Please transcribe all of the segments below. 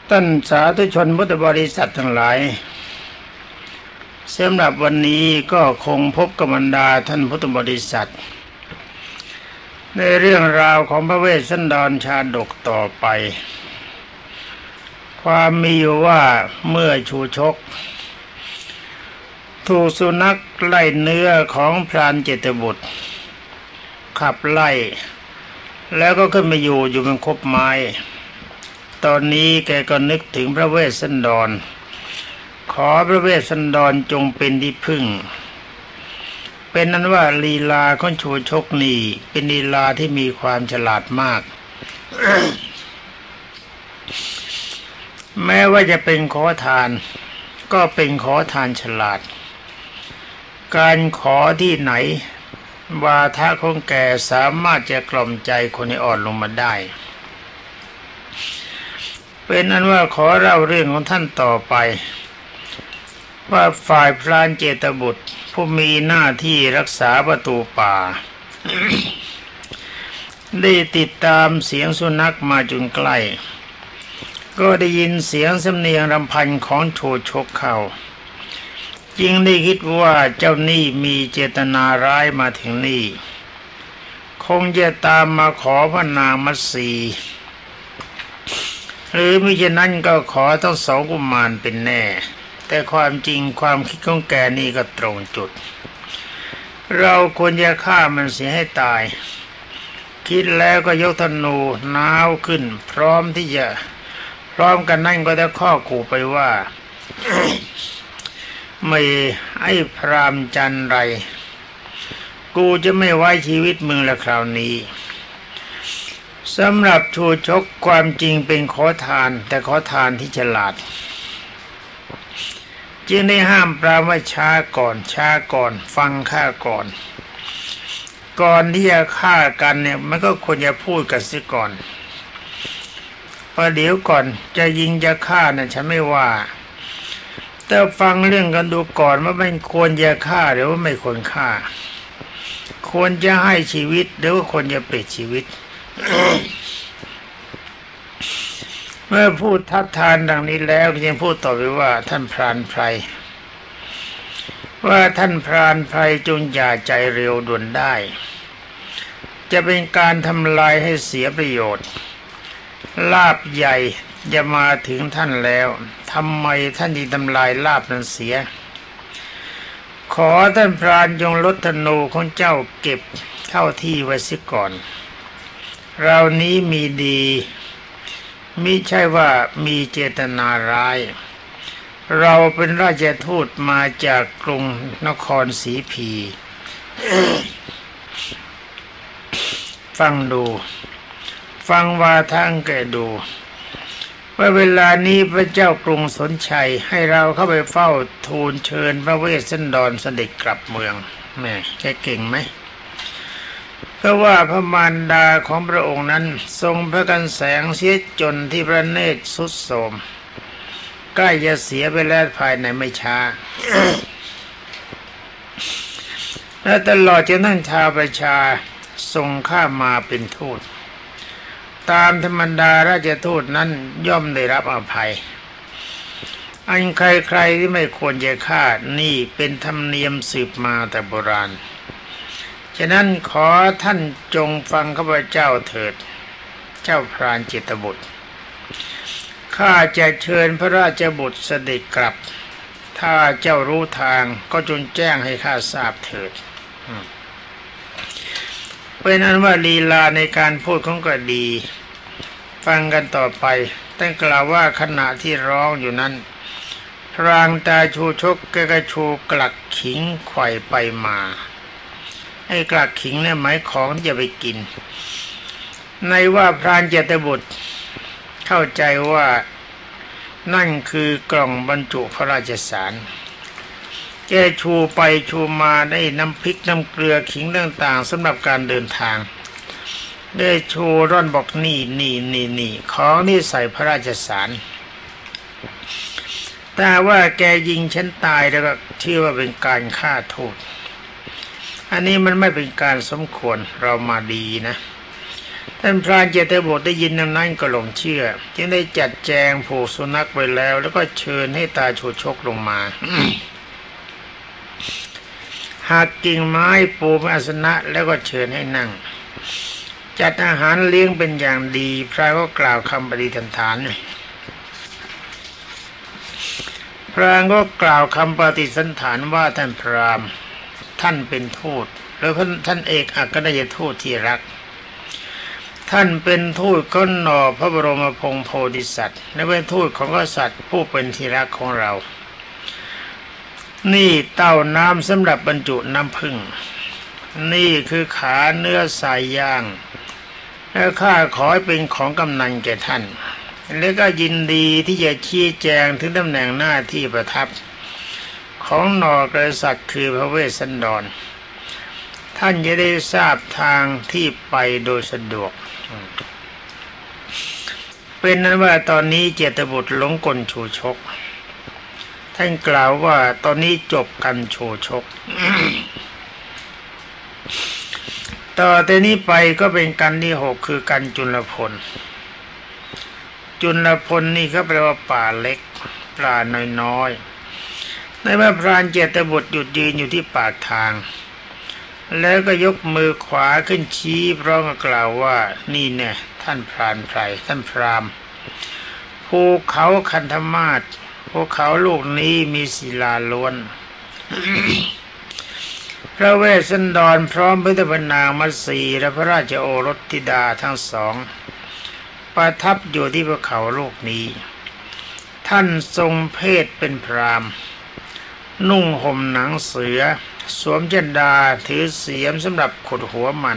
ท่านสาธุชนพุทธบริษัททั้งหลายสำหรับวันนี้ก็คงพบกับบรรดาท่านพุทธบริษัทในเรื่องราวของพระเวสสันดรชาดกต่อไปความมีอยู่ว่าเมื่อชูชกถูกสุนัขไล่เนื้อของพรานเจตบุตรขับไล่แล้วก็ขึ้นมาอยู่บนคบไม้ตอนนี้แกก็นึกถึงพระเวสสันดรขอพระเวสสันดรจงเป็นที่พึ่งเป็นนั้นว่าลีลาของชูชกนี่เป็นลีลาที่มีความฉลาดมาก แม้ว่าจะเป็นขอทานก็เป็นขอทานฉลาดการขอที่ไหนวาทะของแกสามารถจะกล่อมใจคนให้อ่อนลงมาได้เป็นนั้นว่าขอเล่าเรื่องของท่านต่อไปว่าฝ่ายพรานเจตบุตรผู้มีหน้าที่รักษาประตูป่า ได้ติดตามเสียงสุนัขมาจนใกล้ก็ได้ยินเสียงสำเนียงรำพันของโชชกเข้าจึงได้คิดว่าเจ้านี่มีเจตนาร้ายมาถึงนี่คงจะตามมาขอพระนางมัตสีหรือมิฉะนั้นก็ขอทั้งสองกุมารเป็นแน่แต่ความจริงความคิดของแกนี่ก็ตรงจุดเราควรจะฆ่ามันเสียให้ตายคิดแล้วก็ยกธนูน้าวขึ้นพร้อมกันนั่นก็ได้ข้อขู่ไปว่า ไม่ไอ้พรามจันไรกูจะไม่ไว้ชีวิตมึงละคราวนี้สำหรับชูชกความจริงเป็นขอทานแต่ขอทานที่ฉลาดจึงได้ห้ามปรามว่าช้าก่อนฟังข้าก่อนที่จะฆ่ากันเนี่ยมันก็ควรจะพูดกันเสียก่อนประเดี๋ยวก่อนจะยิงจะฆ่าน่ะฉันไม่ว่าแต่ฟังเรื่องกันดูก่อนว่ามันควรจะฆ่าหรือว่าไม่ควรฆ่าควรจะให้ชีวิตหรือว่าควรจะปลิดชีวิต เมื่อพูดทัดทานดังนี้แล้วยังพูดต่อไปว่าท่านพรานไพรจงอย่าใจเร็วด่วนได้จะเป็นการทำลายให้เสียประโยชน์ลาภใหญ่จะมาถึงท่านแล้วทำไมท่านจึงทำลายลาภนั้นเสียขอท่านพรานจงลดธนูของเจ้าเก็บเข้าที่ไว้เสียก่อนเรานี้มีดีมิใช่ว่ามีเจตนาร้ายเราเป็นราชทูตมาจากกรุงนครศรีพี ฟังวาทางแกดูว่าเวลานี้พระเจ้ากรุงสนชัยให้เราเข้าไปเฝ้าทูลเชิญพระเวสสันดรเสด็จกลับเมืองแม่แกเก่งไหมเพราะว่าพระมารดาของพระองค์นั้นทรงพระกันแสงเสียจนที่พระเนตรทรุดโทรมใกล้จะเสียไปแล้วภายในไม่ช้า และตลอดจนท่านชาวประชาทรงข้ามาเป็นทูตตามธรรมดาราชทูตนั้นย่อมได้รับอภัยอันใครๆที่ไม่ควรจะฆ่านี่เป็นธรรมเนียมสืบมาแต่โบราณฉะนั้นขอท่านจงฟังข้าพเจ้าเถิดเจ้าพรานเจตบุตรข้าจะเชิญพระราชบุตรเสด็จกลับถ้าเจ้ารู้ทางก็จงแจ้งให้ข้าทราบเถิดเป็นนั้นว่าลีลาในการพูดของก็ดีฟังกันต่อไปตั้งกล่าวว่าขณะที่ร้องอยู่นั้นพรางตาชูชกแกก็ชูกลักขิงไขว่ไปมาไอ้กลักขิงเนี่ยหมายของที่จะไปกินในว่าพรานเจตบุตรเข้าใจว่านั่นคือกล่องบรรจุพระราชสารแกชูไปชูมาได้น้ำพริกน้ำเกลือขิงต่างๆสำหรับการเดินทางได้ชูร่อนบอกนี่ของนี่ใส่พระราชสารแต่ว่าแกยิงฉันตายแล้วก็ชื่อว่าเป็นการฆ่าโทษอันนี้มันไม่เป็นการสมควรเรามาดีนะท่านพรานเจตบุตรได้ยินดังนั้นก็หลงเชื่อจึงได้จัดแจงผูกสุนัขไว้แล้วก็เชิญให้ตาชูชกลงมา หากกิ่งไม้ปูเป็นอาสนะแล้วก็เชิญให้นั่งจัดอาหารเลี้ยงเป็นอย่างดีพรานก็กล่าวคำปฏิฐานพรานก็กล่าวคำปฏิสันฐานว่าท่านพราหมณ์ท่านเป็นทูตหรือท่านเอกอัครราชทูตที่รักท่านเป็นทูตก้นหน่อพระบรมพงศ์โพธิสัตว์และเป็นทูตของกษัตริย์ผู้เป็นที่รักของเรานี่เต้าน้ำสำหรับบรรจุน้ำผึ้งนี่คือขาเนื้อสายย่างและข้าขอให้เป็นของกำนันแก่ท่านและก็ยินดีที่จะชี้แจงถึงตำแหน่งหน้าที่ประทับของหน่อกษัตริย์คือพระเวสสันดรท่านจะได้ทราบทางที่ไปโดยสะดวกเป็นนั้นว่าตอนนี้เจตบุตรหลงกลชูชกท่านกล่าวว่าตอนนี้จบกันชูชก ต่อแต่นี้ไปก็เป็นกันที่6คือกันจุลพลจุลพลนี่ก็แปลว่าป่าเล็กปลาน้อยๆในเมื่อพรานเจตบุตรหยุดยืนอยู่ที่ปากทางแล้วก็ยกมือขวาขึ้นชี้พร้อมกับกล่าวว่านี่แน่ท่านพรานไพรท่านพราหมณ์ภูเขาคันธมาศภูเขาลูกนี้มีศิลาล้วน พระเวสสันดรพร้อมพระพนางมัตสีและพระราชโอรสธิดาทั้งสองประทับอยู่ที่ภูเขาลูกนี้ท่านทรงเพศเป็นพราหมณ์นุ่งห่มหนังเสือสวมจันดาถือเสียมสำหรับขุดหัวมัน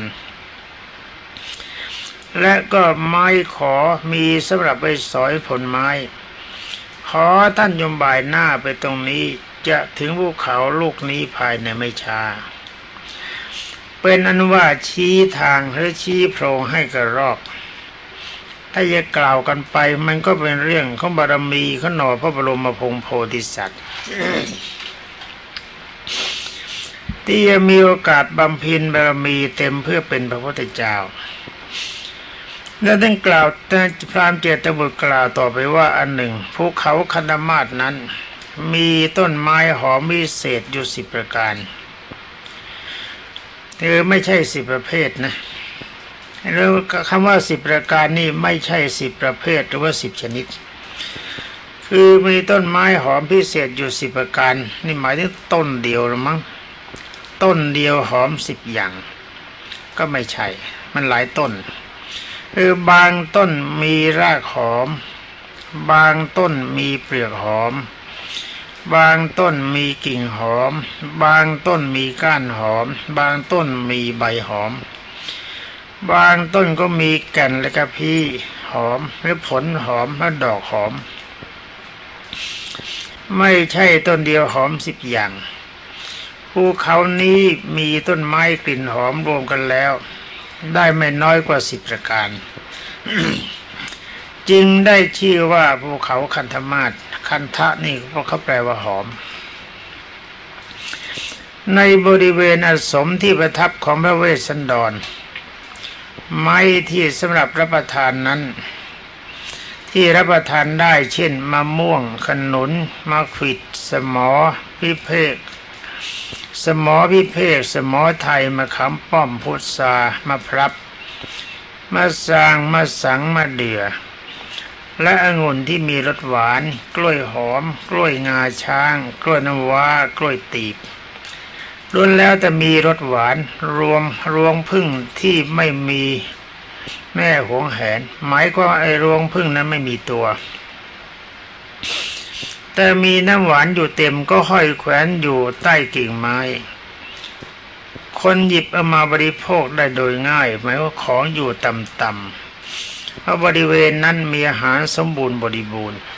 และก็ไม้ขอมีสำหรับไปสอยผลไม้ขอท่านยมบ่ายหน้าไปตรงนี้จะถึงภูเขาลูกนี้ภายในไม่ช้าเป็นอันว่าชี้ทางหรือชี้โพรงให้กระรอกถ้าจะกล่าวกันไปมันก็เป็นเรื่องของบารมีของหน่อพระบรมพงศ์โพธิสัตว์ ที่จะมีโอกาสบำเพ็ญบารมีเต็มเพื่อเป็นพระพุทธเจ้าและท่านกล่าวพราหมณ์เจตบุตรกล่าวต่อไปว่าอันหนึ่งภูเขาคันธมาศนั้นมีต้นไม้หอมวิเศษอยู่10ประการไม่ใช่10ประเภทนะแล้วคำว่า10ประการนี่ไม่ใช่10ประเภทหรือว่า10ชนิดคือมีต้นไม้หอมพิเศษอยู่10ประการนี่หมายถึงต้นเดียวหรือมั้งต้นเดียวหอม10อย่างก็ไม่ใช่มันหลายต้นคือบางต้นมีรากหอมบางต้นมีเปลือกหอมบางต้นมีกิ่งหอมบางต้นมีก้านหอมบางต้นมีใบหอมบางต้นก็มีแก่นและกระพี้หอมหรือผลหอมและดอกหอมไม่ใช่ต้นเดียวหอม10อย่างภูเขานี้มีต้นไม้กลิ่นหอมรวมกันแล้วได้ไม่น้อยกว่า10ประการ จึงได้ชื่อว่าภูเขาคันธมาศคันธะนี่เพราะเขาแปลว่าหอมในบริเวณอาสมที่ประทับของพระเวสสันดรไม้ที่สำหรับรับประทานนั้นที่รับประทานได้เช่นมะม่วงขนุนมะขวิดสมอพิเภกสมอพิเภกสมอไทยมะขามป้อมพุทรามะพร้าวมะสางมะสังมะเดื่อและองุ่นที่มีรสหวานกล้วยหอมกล้วยงาช้างกล้วยน้ำว้ากล้วยตีบล้วนแล้วแต่มีรสหวานรวงผึ้งที่ไม่มีแม่หวงแหนหมายความว่าไอ้รวงผึ้งนั้นไม่มีตัวแต่มีน้ำหวานอยู่เต็มก็ห้อยแขวนอยู่ใต้กิ่งไม้คนหยิบเอามาบริโภคได้โดยง่ายหมายว่าของอยู่ต่ำๆเพราะบริเวณนั้นมีอาหารสมบูรณ์บริบูรณ์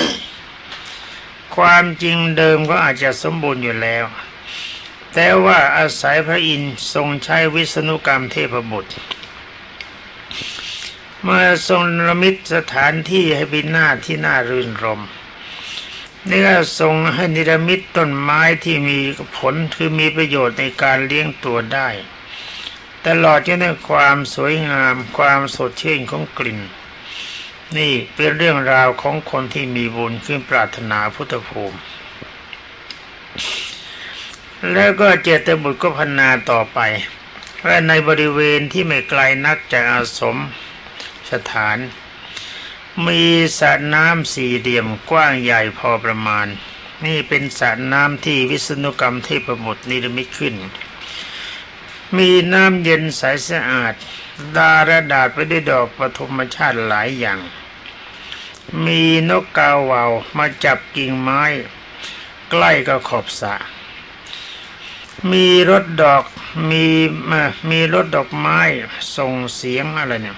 ความจริงเดิมก็อาจจะสมบูรณ์อยู่แล้วแต่ว่าอาศัยพระอินทร์ทรงใช้วิษณุกรรมเทพบุตรเมื่อทรงนิมิตสถานที่ให้เป็นหน้าที่น่ารื่นรมย์นี่ก็ทรงให้นิรมิตต้นไม้ที่มีผลคือมีประโยชน์ในการเลี้ยงตัวได้ตลอดจนถึงความสวยงามความสดชื่นของกลิ่นนี่เป็นเรื่องราวของคนที่มีบุญขึ้นปรารถนาพุทธภูมิแล้วก็เจตบุตรก็พรรณนาต่อไปว่าในบริเวณที่ไม่ไกลนักจากอาสมสถานมีสระน้ำสี่เหลี่ยมกว้างใหญ่พอประมาณนี่เป็นสระน้ำที่วิษณุกรรมเทพบุตรนิรมิตขึ้นมีน้ำเย็นใสสะอาดดาระดาษไปด้วยดอกปฐมชาติหลายอย่างมีนกกาเหว่ามาจับกิ่งไม้ใกล้กับขอบสระมีรถดอกมีรถดอกไม้ส่งเสียงอะไรเนี่ย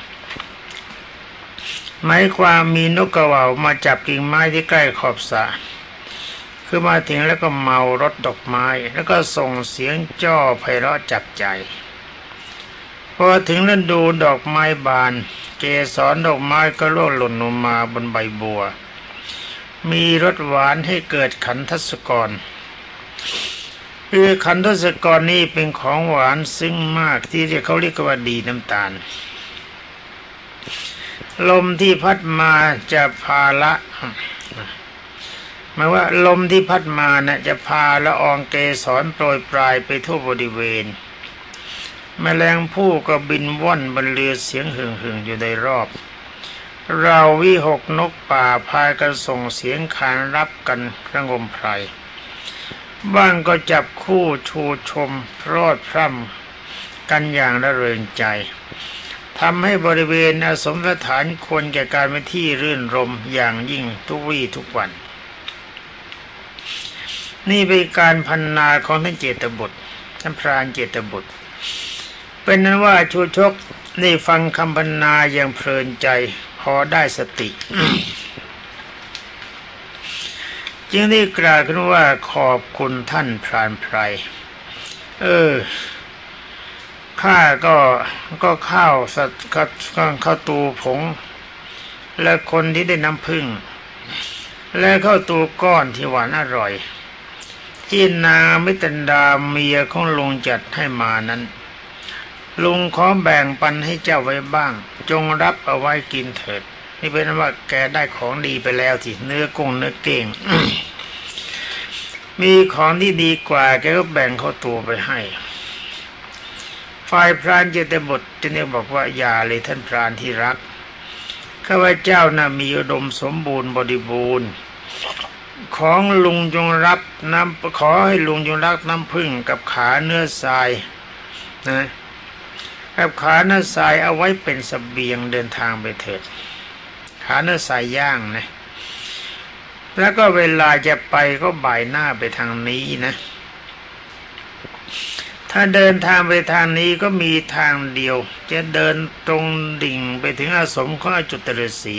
หมายความมีนกกาเหว่ามาจับกิ่งไม้ที่ใกล้ขอบสระคือมาถึงแล้วก็เมารถดอกไม้แล้วก็ส่งเสียงจ้อไพเราะจับใจพอถึงฤดูดอกไม้บานเกสรดอกไม้ก็ร่วงหล่นลงมาบนใบบัวมีรสหวานให้เกิดขันทศกรคือขันทศกรนี้เป็นของหวานซึ้งมากที่เขาเรียกว่าดีน้ำตาลลมที่พัดมาจะพาละหมายว่าลมที่พัดมาน่ะจะพาละอองเกสรโปรยปลายไปทั่วบริเวณแมลงผู้ก็บินว่อนบนเรือเสียงหึ่งๆอยู่ในรอบเราวิหกนกป่าพากันส่งเสียงขานรับกันระงมไพรบ้างก็จับคู่ชูชมพรอดพร่ำกันอย่างระเริงใจทำให้บริเวณอาสมสถานควรแก่การเป็นที่รื่นรมอย่างยิ่งทุกวี่ทุกวันนี่เป็นการพรรณนาของท่านเจตบุตรท่านพรานเจตบุตรเป็นนั้นว่าชูชกได้ฟังคำพรรณนาอย่างเพลินใจพอได้สติ จึงได้กล่าวขึ้นว่าขอบคุณท่านพรานไพรข้าก็ข้าวสัตว์ข้าวตูผงและคนที่ได้น้ำผึ้งและข้าวตูก้อนที่หวานอร่อยที่นางมิตรดาเมียของลุงจัดให้มานั้นลุงขอแบ่งปันให้เจ้าไว้บ้างจงรับเอาไว้กินเถิดนี่เป็นว่าแกได้ของดีไปแล้วที่เนื้อกุ้งเนื้อเก้ง มีของที่ดีกว่าแกก็แบ่งเข้าตัวไปให้ฝ่ายพรานเจตบุตรจึงได้บอกว่าอย่าเลยท่านพรานที่รักข้าพเจ้าน่ะมีอุดมสมบูรณ์บริบูรณ์ของลุงจงรับน้ำขอให้ลุงจงรับน้ำผึ้งกับขาเนื้อทรายนะกับขาเนื้อทรายเอาไว้เป็นเสบียงเดินทางไปเถิดขาเนื้อทรายย่างนะแล้วก็เวลาจะไปก็บ่ายหน้าไปทางนี้นะถ้าเดินทางไปทางนี้ก็มีทางเดียวจะเดินตรงดิ่งไปถึงอาสมของอจุตฤาษี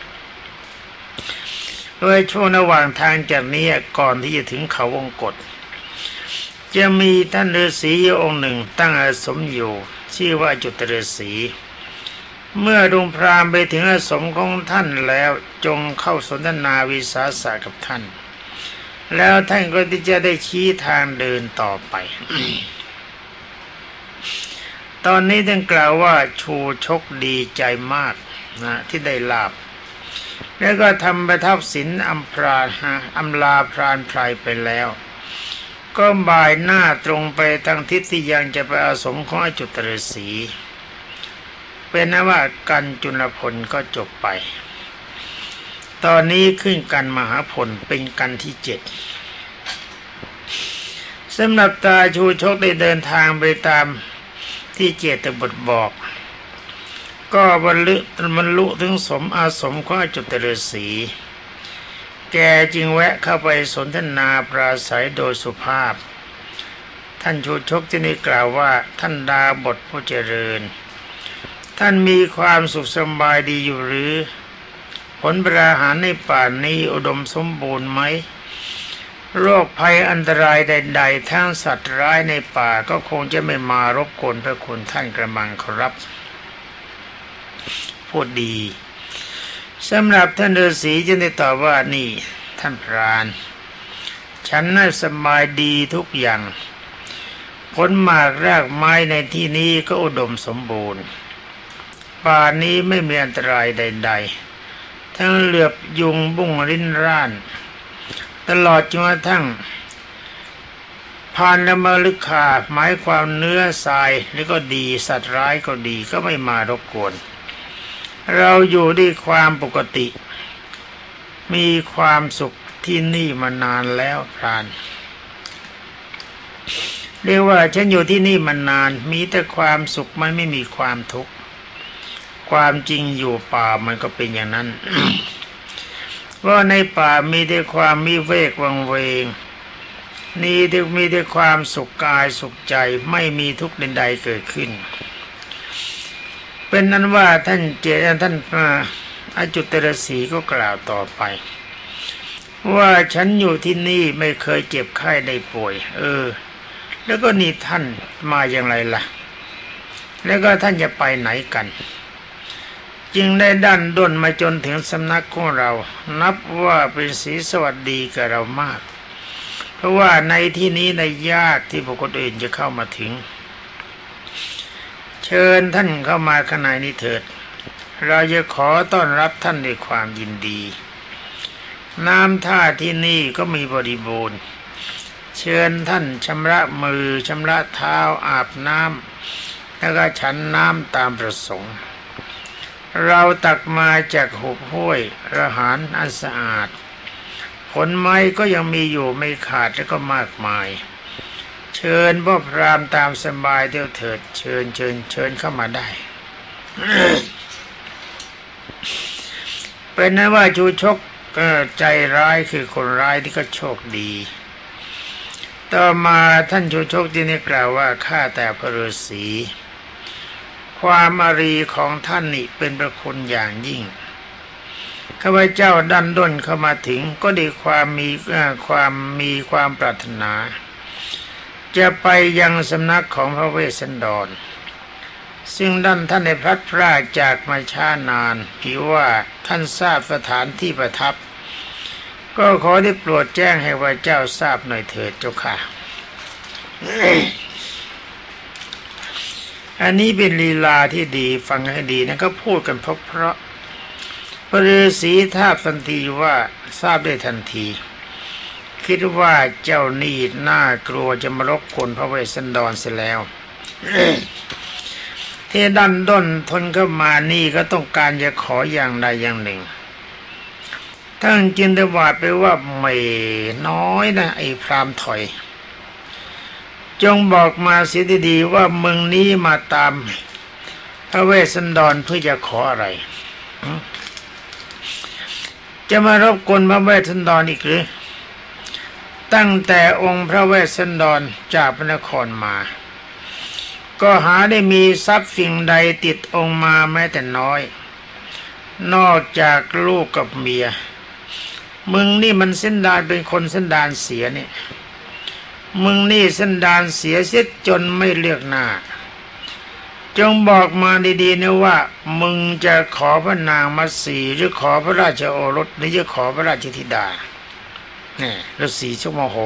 โดยช่วงระหว่างทางจากนี้ก่อนที่จะถึงเขาวงกฏจะมีท่านฤาษีองค์หนึ่งตั้งอาสมอยู่ชื่อว่าอจุตฤาษีเมื่อลุงพราหมณ์ไปถึงอาสมของท่านแล้วจงเข้าสนทนาวิสาสะกับท่านแล้วท่านก็จะได้ชี้ทางเดินต่อไป ตอนนี้ท่านกล่าวว่าชูชกดีใจมากนะที่ได้ลาภแล้วก็ทำประทับศีลอำลาพรานไพรไปแล้วก็บ่ายหน้าตรงไปทางทิศที่ยังจะไปอาสมของอจุตฤาษีเป็นนะว่ากันจุลพลก็จบไปตอนนี้ขึ้นกันมหาพลเป็นกันที่7สำหรับตาชูชกได้เดินทางไปตามที่เจตบุตรบอกก็บรรลุถึงอาสมของอจุตฤาษีแกจึงแวะเข้าไปสนทนาปราศัยโดยสุภาพท่านชูชกที่ได้กล่าวว่าท่านดาบทผู้เจริญท่านมีความสุขสบายดีอยู่หรือผลประหารในป่านี้อุดมสมบูรณ์ไหมโรคภัยอันตรายใดๆทั้งสัตว์ร้ายในป่าก็คงจะไม่มารบกวนพระคุณท่านกระมังครับพูดดีสำหรับท่านฤาษีจึงได้ตอบว่านี่ท่านพรานฉันน่ะสบายดีทุกอย่างผลหมากรากไม้ในที่นี้ก็อุดมสมบูรณ์ป่านี้ไม่มีอันตรายใดๆทั้งเหลือบยุงบุ้งริ้นร่านตลอดจนกระทั่งพานและมฤคาหมายความเนื้อทรายนี่ก็ดีสัตว์ร้ายก็ดีก็ไม่มารบกวนเราอยู่ด้วยความปกติมีความสุขที่นี่มานานแล้วพรานเรียกว่าฉันอยู่ที่นี่มานานมีแต่ความสุขมันไม่มีความทุกข์ความจริงอยู่ป่ามันก็เป็นอย่างนั้น ว่าในป่ามีแต่ความมีเวกวังเวงนี่มีแต่ความสุขกายสุขใจไม่มีทุกข์ใดๆเกิดขึ้นเป็นนั้นว่าท่านอจุตรศรีก็กล่าวต่อไปว่าฉันอยู่ที่นี่ไม่เคยเจ็บไข้ได้ป่วยแล้วก็นี่ท่านมาอย่างไรล่ะแล้วก็ท่านจะไปไหนกันจึงได้ดันด้นมาจนถึงสำนักของเรานับว่าเป็นสีสวัสดีกับเรามากเพราะว่าในที่นี้ในยากที่บุคคลอื่นจะเข้ามาถึงเชิญท่านเข้ามาข้างในนี้เถิดเราจะขอต้อนรับท่านด้วยความยินดีน้ำท่าที่นี่ก็มีบริบูรณ์เชิญท่านชำระมือชำระเท้าอาบน้ำแล้วก็ฉันน้ำตามประสงค์เราตักมาจากหุบห้วยระหารอันสะอาดผลไม้ก็ยังมีอยู่ไม่ขาดแล้วก็มากมายเชิญพ่อพราหมณ์ตามสบายเดี๋ยวเถิดเชิญเข้ามาได้ เป็นนั้นว่าชูชกใจร้ายคือคนร้ายที่ก็โชคดีต่อมาท่านชูชกที่นี่กล่าวว่าข้าแต่พระฤาษีความอารีของท่านนี่เป็นพระคุณอย่างยิ่งข้าพเจ้าดันด้นเข้ามาถึงก็ได้ความปรารถนาจะไปยังสำนักของพระเวสสันดรซึ่งท่านได้พลัดพรากจากมาช้านานผิวว่าท่านทราบสถานที่ประทับก็ขอได้โปรดแจ้งให้พระเจ้าทราบหน่อยเถิดเจ้าค่ะ อันนี้เป็นลีลาที่ดีฟังให้ดีนะก็พูดกันเพราะพระฤาษีทราบทันทีว่าทราบได้ทันทีคิดว่าเจ้านี่น่ากลัวจะมารบกวนพระเวสสันดรเสียแล้ว ที่ดันด้นทนเข้ามานี่ก็ต้องการจะขออย่างใดอย่างหนึ่งท่านจินตวาดไปว่าไม่น้อยนะไอ้พราหมณ์ถอยจงบอกมาเสียดีๆว่ามึงนี้มาตามพระเวสสันดรเพื่อจะขออะไรจะมารบกวนพระเวสสันดรอีกหรือตั้งแต่องค์พระเวสสันดรจากพระนครมาก็หาได้มีทรัพย์สิ่งใดติดองค์มาแม้แต่น้อยนอกจากลูกกับเมียมึงนี่มันเส้นดานเป็นคนเส้นดานเสียนี่มึงนี่เส้นดานเสียเสียจนไม่เลือกหน้าจงบอกมาดีๆนะว่ามึงจะขอพระนางมัตสีหรือขอพระราชโอรสหรือจะขอพระราชธิดาเนี่ยฤาษีชักโมโห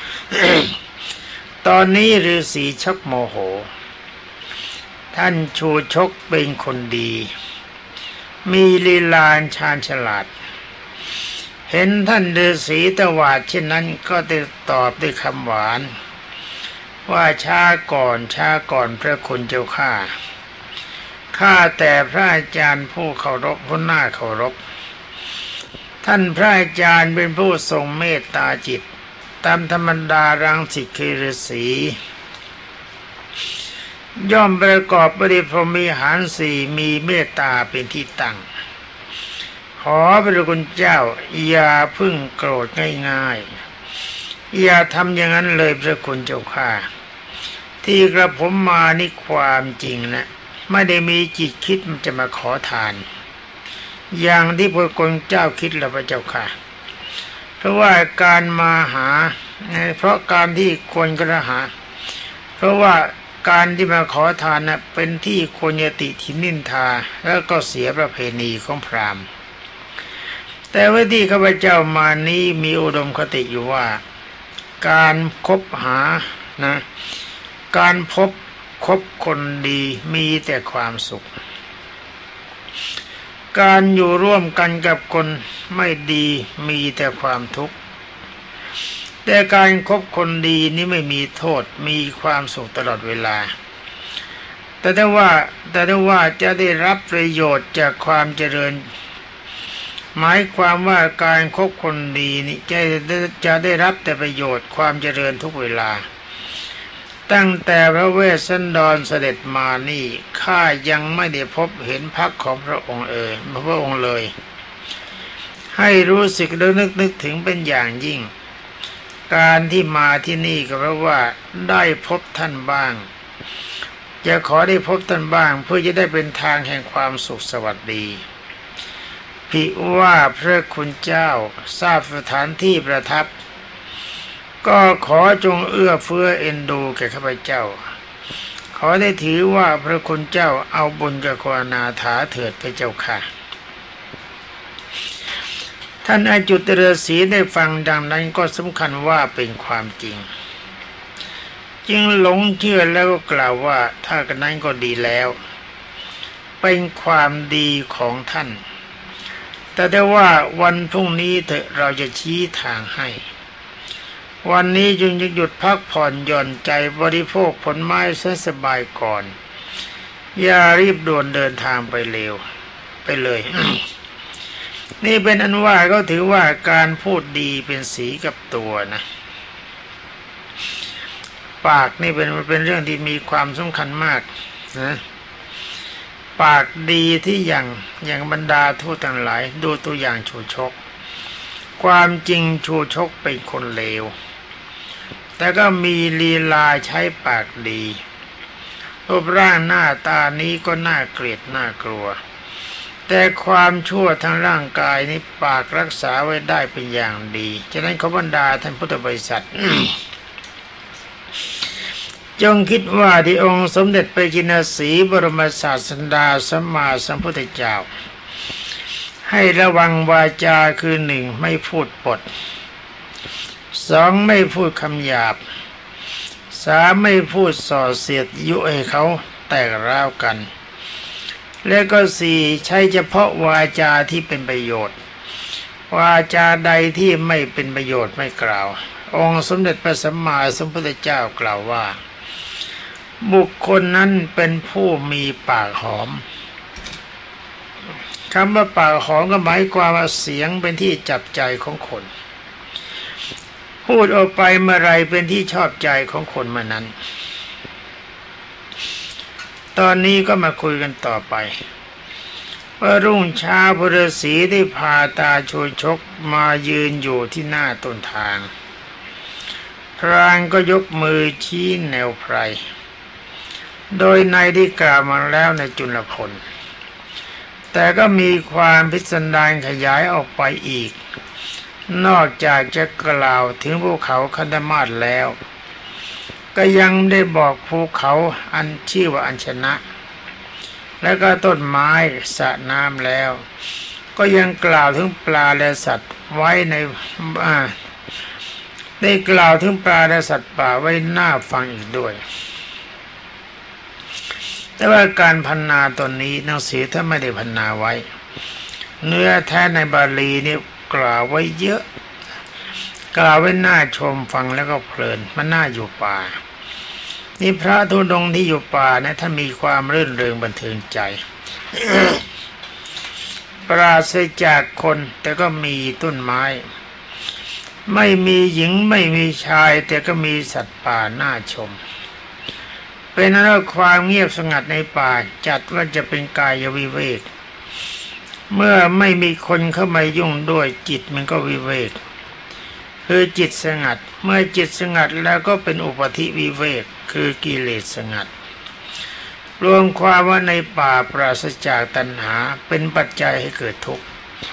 ตอนนี้ฤาษีชักโมโหท่านชูชกเป็นคนดีมีลีลาชาญฉลาดเห็นท่านฤาษีตวาดเช่นนั้นก็ได้ตอบด้วยคำหวานว่าช้าก่อนพระคุณเจ้าข้าแต่พระอาจารย์ผู้เคารพผู้น่าเคารพท่านพระอาจารย์เป็นผู้ทรงเมตตาจิตตามธรรมดารังสิกคือฤาษีย่อมประกอบด้วยพรหมิหารสี่มีเมตตาเป็นที่ตั้งขอพระคุณเจ้าอย่าพึ่งโกรธง่ายๆอย่าทำอย่างนั้นเลยพระคุณเจ้าข้าที่กระผมมานี่ความจริงนะไม่ได้มีจิตคิดมันจะมาขอทานอย่างที่พระคุณเจ้าคิดแล้วพระเจ้าค่ะเพราะว่าการมาหาเพราะการที่ควรกระหาเพราะว่าการที่มาขอทานนะเป็นที่ควรติถินนินทาแล้วก็เสียประเพณีของพราหมณ์แต่ว่าที่ข้าพเจ้ามานี้มีอุดมคติอยู่ว่าการคบหานะการคบคนดีมีแต่ความสุขการอยู่ร่วมกันกับคนไม่ดีมีแต่ความทุกข์แต่การคบคนดีนี้ไม่มีโทษมีความสุขตลอดเวลาแต่ถ้าว่าจะได้รับประโยชน์จากความเจริญหมายความว่าการคบคนดีนี่จะได้รับแต่ประโยชน์ความเจริญทุกเวลาตั้งแต่พระเวสสันดรเสด็จมานี่ข้ายังไม่ได้พบเห็นพรรคของพระองค์เลยให้รู้สึกและนึกถึงเป็นอย่างยิ่งการที่มาที่นี่ก็เพราะว่าได้พบท่านบ้างจะขอได้พบท่านบ้างเพื่อจะได้เป็นทางแห่งความสุขสวัสดีภิว่าพระคุณเจ้าทราบสถานที่ประทับก็ขอจงเอื้อเฟื้อเอ็นดูแก่ข้าพเจ้าขอได้ถือว่าพระคุณเจ้าเอาบุญกับความนาถาเถิดพระเจ้าค่ะท่านอาจุตฤาษีได้ฟังดังนั้นก็สำคัญว่าเป็นความจริงจึงหลงเชื่อแล้วก็กล่าวว่าถ้ากันนั้นก็ดีแล้วเป็นความดีของท่านแต่ได้ว่าวันพรุ่งนี้เถอะเราจะชี้ทางให้วันนี้จึงจะหยุดพักผ่อนหย่อนใจบริโภคผลไม้สบายก่อนอย่ารีบด่วนเดินทางไปเร็วไปเลย นี่เป็นอันว่าก็ถือว่าการพูดดีเป็นสีกับตัวนะปากนี่เป็นเรื่องที่มีความสำคัญมากนะปากดีที่อย่างบรรดาทูตทั้งหลายดูตัวอย่างชูชกความจริงชูชกเป็นคนเลวแต่ก็มีลีลาใช้ปากดีรูปร่างหน้าตานี้ก็น่าเกลียดน่ากลัวแต่ความชั่วทางร่างกายนี้ปากรักษาไว้ได้เป็นอย่างดีฉะนั้นขอบรรดาท่านพุทธบริษัท จงคิดว่าที่องค์สมเด็จพระจินสีบรมศาสดาสัมมาสัมพุทธเจ้าให้ระวังวาจาคือหนึ่งไม่พูดปดสองไม่พูดคำหยาบสามไม่พูดส่อเสียดยุให้เขาแตกร้าวกันและก็สี่ใช้เฉพาะวาจาที่เป็นประโยชน์วาจาใดที่ไม่เป็นประโยชน์ไม่กล่าวองค์สมเด็จพระสัมมาสัมพุทธเจ้ากล่าวว่าบุคคลนั้นเป็นผู้มีปากหอมคำว่าปากหอมก็หมายความว่าเสียงเป็นที่จับใจของคนพูดออกไปเมื่อไรเป็นที่ชอบใจของคนเมื่อนั้นตอนนี้ก็มาคุยกันต่อไปว่ารุ่งเช้าพระฤาษีได้พาตาชูชกมายืนอยู่ที่หน้าต้นทางพรางก็ยกมือชี้แนวไพรโดยในได้กล่าวมาแล้วในจุลพลแต่ก็มีความพิสดารขยายออกไปอีกนอกจากจะกล่าวถึงภูเขาคันธมาศแล้วก็ยังได้บอกภูเขาอันชื่อว่าอัญชนะแล้วก็ต้นไม้สระน้ำแล้วก็ยังกล่าวถึงปลาและสัตว์ไว้ในได้กล่าวถึงปลาและสัตว์ป่าไว้หน้าฟังอีกด้วยแต่ว่าการพรรณนาตนนี้หนังสือถ้าไม่ได้พรรณนาไว้เนื้อแท้ในบาลีนี่กล่าวไว้เยอะกล่าวไว้น่าชมฟังแล้วก็เพลินมันน่าอยู่ป่านี่พระธุดงค์ที่อยู่ป่านะท่านมีความรื่นเริงบันเทิงใจ ปราศจากคนแต่ก็มีต้นไม้ไม่มีหญิงไม่มีชายแต่ก็มีสัตว์ป่าน่าชมเป็นนั้นความเงียบสงัดในป่าจัดว่าจะเป็นกายวิเวกเมื่อไม่มีคนเข้ามายุ่งด้วยจิตมันก็วิเวกคือจิตสงัดเมื่อจิตสงัดแล้วก็เป็นอุปธิวิเวกคือกิเลสสงัดรวมความว่าในป่าปราศจากตัณหาเป็นปัจจัยให้เกิดทุกข์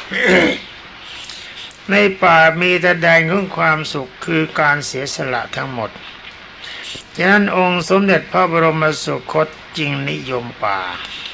ในป่ามีแต่แดนของความสุขคือการเสียสละทั้งหมดฉะนั้นองค์สมเด็จพระบรมสุคตจึงนิยมป่า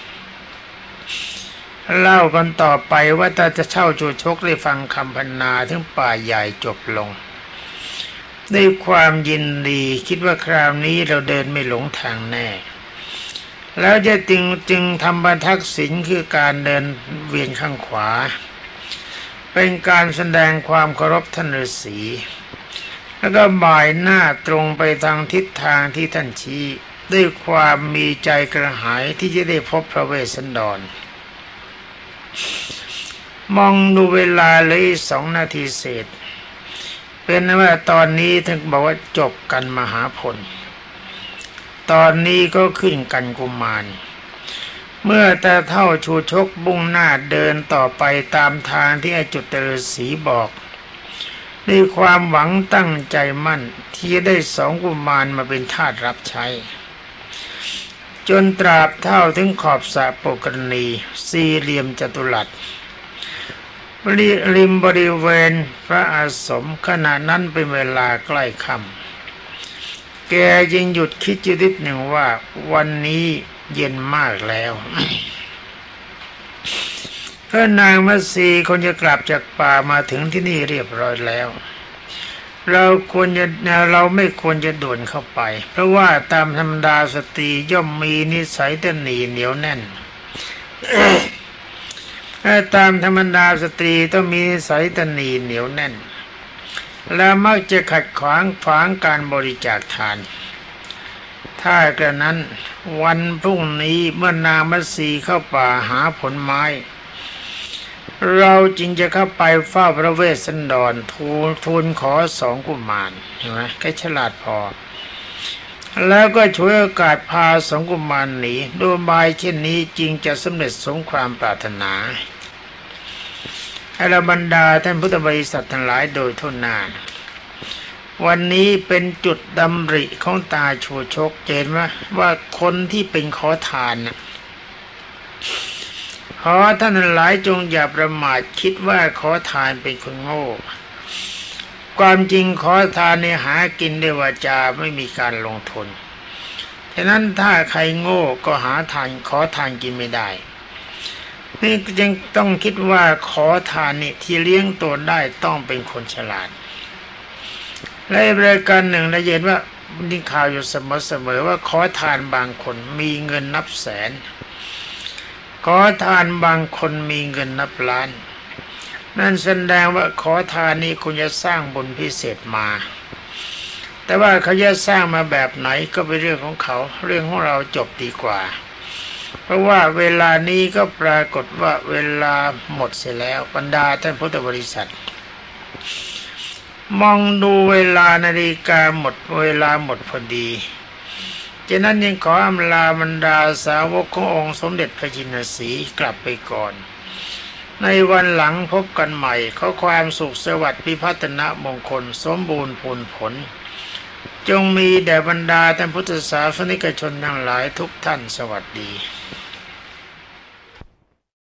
เล่ากันต่อไปว่าถ้าจะเช่าจูชกได้ฟังคำพรรณนาถึงป่าใหญ่จบลงด้วยความยินดีคิดว่าคราวนี้เราเดินไม่หลงทางแน่แล้วจะจึงทำบรรทักษิณคือการเดินเวียนข้างขวาเป็นการแสดงความเคารพท่านฤาษีแล้วก็บ่ายหน้าตรงไปทางทิศทางที่ท่านชี้ด้วยความมีใจกระหายที่จะได้พบพระเวสสันดรมองดูเวลาเลย2 นาทีเศษเป็นว่าตอนนี้ท่านบอกว่าจบกันมหาพลตอนนี้ก็ขึ้นกันกุมารเมื่อแต่เท่าชูชกบุ่งหน้าเดินต่อไปตามทางที่อาจุตฤาษีบอกด้วยความหวังตั้งใจมั่นที่จะได้2 กุมารมาเป็นทาสรับใช้จนตราบเท่าถึงขอบสระปกรณีสี่เหลี่ยมจัตุรัสริมบริเวณพระอาสมขณะนั้นเป็นเวลาใกล้ค่ำแกจึงหยุดคิดอยู่นิดหนึ่งว่าวันนี้เย็นมากแล้วพระนางมัตสีคนจะกลับจากป่ามาถึงที่นี่เรียบร้อยแล้วเราไม่ควรจะด่วนเข้าไปเพราะว่าตามธรรมดาสตรีย่อมมีนิสัยตนีเหนียวแน่น ตามธรรมดาสตรีต้องมีนิสัยตนีเหนียวแน่นและมักจะขัดขวางการบริจาคทานถ้ากระนั้นวันพรุ่งนี้เมื่อนางมัตสีเข้าป่าหาผลไม้เราจึงจะเข้าไปเฝ้าพระเวสสันดรทูลขอ2 กุมารเห็นไหมแค่ฉลาดพอแล้วก็ช่วยโอกาสพา2 กุมารหนีด้วยบายเช่นนี้จริงจะสำเร็จสมความปรารถนาให้บรรดาท่านพุทธบริษัททั้งหลายโดยทั่วหน้าวันนี้เป็นจุดดำริของตาชูชกเห็นว่าคนที่เป็นขอทานขอท่านหลายจงอย่าประมาทคิดว่าขอทานเป็นคนโง่ความจริงขอทานเนี่ยหากินด้วยวาจาไม่มีการลงทุนฉะนั้นถ้าใครโง่ก็หาทานขอทานกินไม่ได้นี่จึงต้องคิดว่าขอทานนี่ที่เลี้ยงตัวได้ต้องเป็นคนฉลาดและรายการหนึ่งเราเห็นว่ามีข่าวอยู่เสมอว่าขอทานบางคนมีเงินนับแสนขอทานบางคนมีเงินนับล้านนั่นแสดงว่าขอทานนี้คุณจะสร้างบุญพิเศษมาแต่ว่าเขาจะสร้างมาแบบไหนก็เป็นเรื่องของเขาเรื่องของเราจบดีกว่าเพราะว่าเวลานี้ก็ปรากฏว่าเวลาหมดเสียแล้วบรรดาท่านพุทธบริษัทมองดูเวลานาฬิกาหมดเวลาหมดพอดีฉะนั้นยังขออำลาบรรดาสาวกขององค์สมเด็จพระจินสีห์กลับไปก่อนในวันหลังพบกันใหม่ขอความสุขสวัสดิ์พิพัฒนมงคลสมบูรณ์ผลจงมีแด่บรรดาท่านพุทธศาสนิกชนทั้งหลายทุกท่านสวัสดี